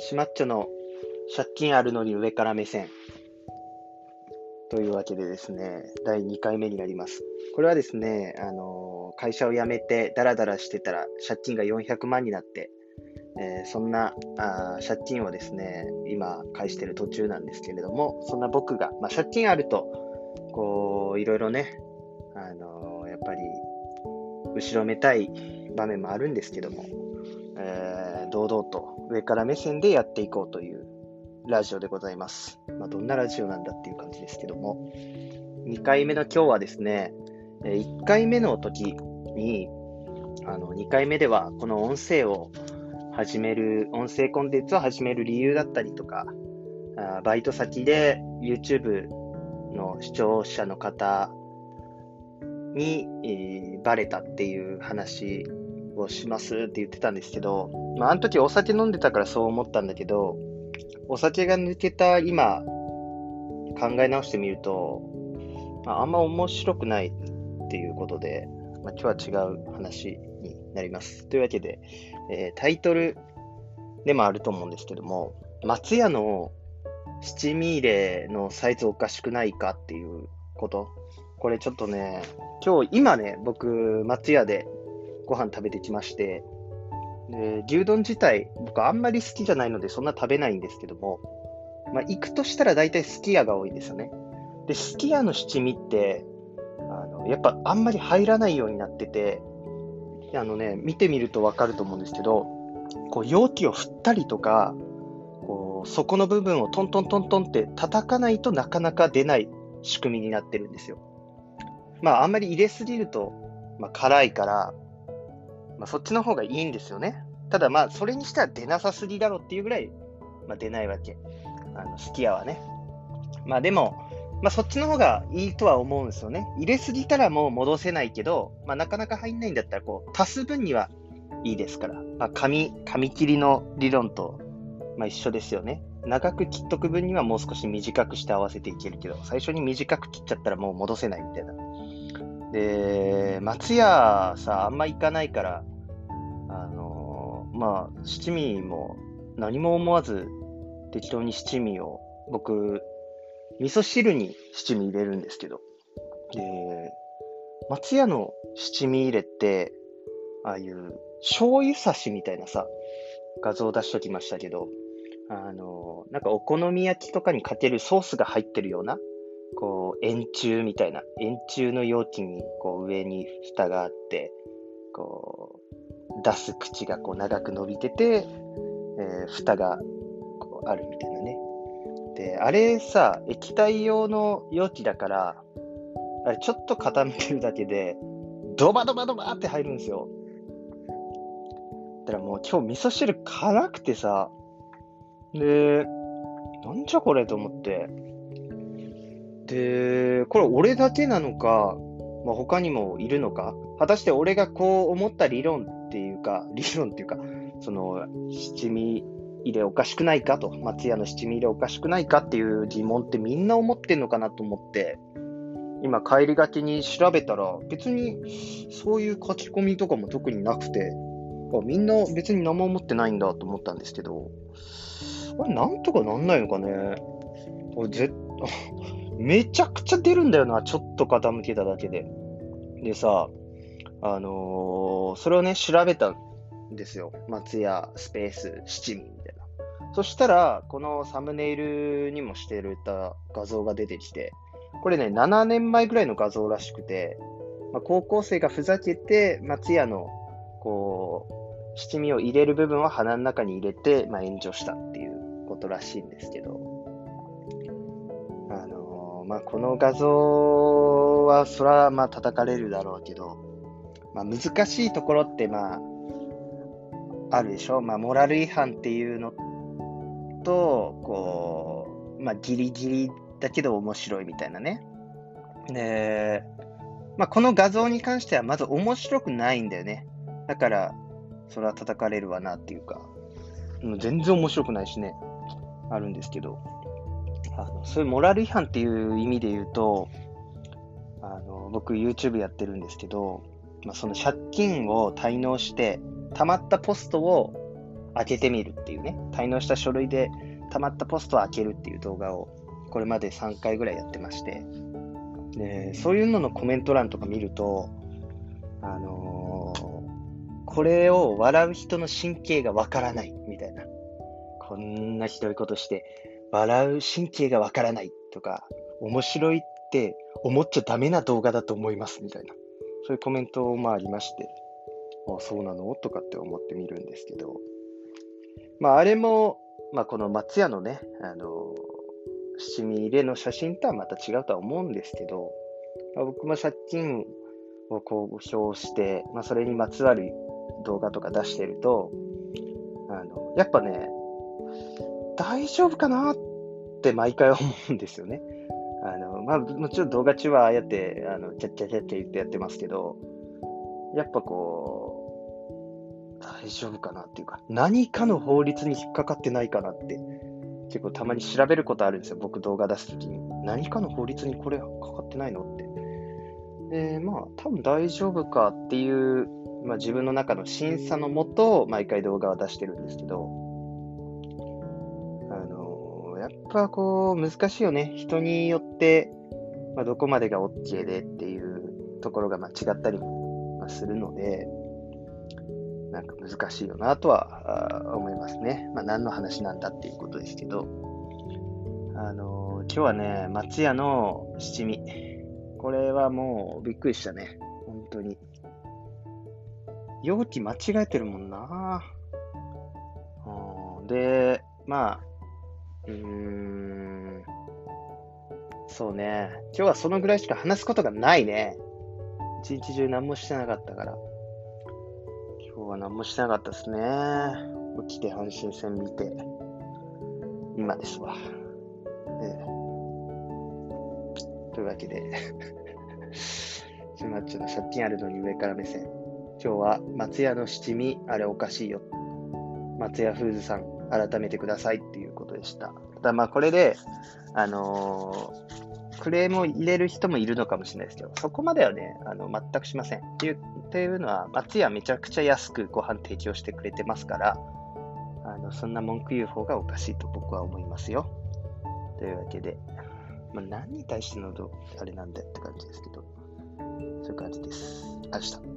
しまっちょの借金あるのに上から目線というわけでですね、第2回目になります。これはですね、会社を辞めてダラダラしてたら借金が400万になって、そんな借金をですね、今返している途中なんですけれども、そんな僕が、借金あると、いろいろね、やっぱり後ろめたい場面もあるんですけども、堂々と上から目線でやっていこうというラジオでございます。どんなラジオなんだっていう感じですけども、2回目の今日はですね、1回目の時に、2回目ではこの音声コンテンツを始める理由だったりとか、バイト先で YouTube の視聴者の方に、バレたっていう話をしますって言ってたんですけど、あの時お酒飲んでたからそう思ったんだけど、お酒が抜けた今考え直してみると、あんま面白くないっていうことで、今日は違う話になります。というわけで、タイトルでもあると思うんですけども、松屋の七味入れのサイズおかしくないかっていうこと。これちょっとね、今ね、僕、松屋でご飯食べてきまして、で牛丼自体、僕あんまり好きじゃないのでそんな食べないんですけども、行くとしたら大体すき家が多いんですよね。で、すき家の七味って、やっぱあんまり入らないようになってて、見てみるとわかると思うんですけど、容器を振ったりとか、底の部分をトントントントンって叩かないとなかなか出ない仕組みになってるんですよ。あんまり入れすぎると、辛いから、そっちの方がいいんですよね。ただそれにしては出なさすぎだろっていうぐらい、出ないわけ。すき家はね。でも、そっちの方がいいとは思うんですよね。入れすぎたらもう戻せないけど、なかなか入んないんだったら、足す分にはいいですから。紙切りの理論と、一緒ですよね。長く切っとく分にはもう少し短くして合わせていけるけど、最初に短く切っちゃったらもう戻せないみたいな。で、松屋さ、あんま行かないから、七味も何も思わず適当に七味を、僕、味噌汁に七味入れるんですけど、で、松屋の七味入れって、ああいう醤油差しみたいなさ、画像を出しときましたけど、なんかお好み焼きとかにかけるソースが入ってるような、円柱みたいな、円柱の容器に、上に蓋があって、出す口が長く伸びてて、蓋があるみたいなね。で、あれさ、液体用の容器だから、あれちょっと傾けるだけで、ドバドバドバって入るんですよ。だからもう今日味噌汁辛くてさ、で、なんじゃこれと思って。で、これ俺だけなのか、他にもいるのか、果たして俺がこう思った理論っていうか、その、七味入れおかしくないかと、松屋の七味入れおかしくないかっていう疑問ってみんな思ってんのかなと思って、今帰りがけに調べたら、別にそういう書き込みとかも特になくて、みんな別に何も思ってないんだと思ったんですけど、これなんとかなんないのかね。これめちゃくちゃ出るんだよな、ちょっと傾けただけで。でさ、それをね、調べたんですよ。松屋スペース七味みたいな。そしたら、このサムネイルにもしてた画像が出てきて、これね、7年前ぐらいの画像らしくて、高校生がふざけて、松屋の、七味を入れる部分を鼻の中に入れて、炎上したっていうことらしいんですけど、この画像は、そら、叩かれるだろうけど、難しいところって、あるでしょ。モラル違反っていうのと、ギリギリだけど面白いみたいなね。で、この画像に関しては、まず面白くないんだよね。だから、それは叩かれるわなっていうか、全然面白くないしね、あるんですけど、そういうモラル違反っていう意味で言うと、僕 YouTube やってるんですけど、その借金を滞納して、溜まったポストを開けてみるっていうね、滞納した書類で溜まったポストを開けるっていう動画をこれまで3回ぐらいやってまして、でそういうののコメント欄とか見ると、これを笑う人の神経がわからないみたいな、こんなひどいことして笑う神経がわからないとか、面白いって思っちゃダメな動画だと思いますみたいな、そういうコメントもありまして、そうなのとかって思ってみるんですけど、あれも、この松屋のね、七味入れの写真とはまた違うとは思うんですけど、僕も借金を公表して、それにまつわる動画とか出してると、やっぱね、大丈夫かなって毎回思うんですよね。もちろん動画中はああやって、キャッキャキャッキャ言ってやってますけど、やっぱ大丈夫かなっていうか、何かの法律に引っかかってないかなって、結構たまに調べることあるんですよ。僕動画出すときに。何かの法律にこれかかってないのって。で、多分大丈夫かっていう、自分の中の審査のもと、毎回動画を出してるんですけど、やっぱ難しいよね。人によって、どこまでが OK でっていうところが違ったりもするので、なんか難しいよなとは思いますね。何の話なんだっていうことですけど、今日はね、松屋の七味。これはもうびっくりしたね。本当に。容器間違えてるもんな。で、そうね。今日はそのぐらいしか話すことがないね。一日中何もしてなかったから。今日は何もしてなかったですね。起きて阪神戦見て、今ですわ。というわけで、ジュマッチョの借金あるのに上から目線。今日は松屋の七味、あれおかしいよ。松屋フーズさん、改めてくださいっていうことでした。ただこれで、クレームを入れる人もいるのかもしれないですけど、そこまではね、全くしません。っていうのは、松屋めちゃくちゃ安くご飯提供してくれてますから、そんな文句言う方がおかしいと僕は思いますよ。というわけで、何に対してのあれなんだよって感じですけど、そういう感じです。明日。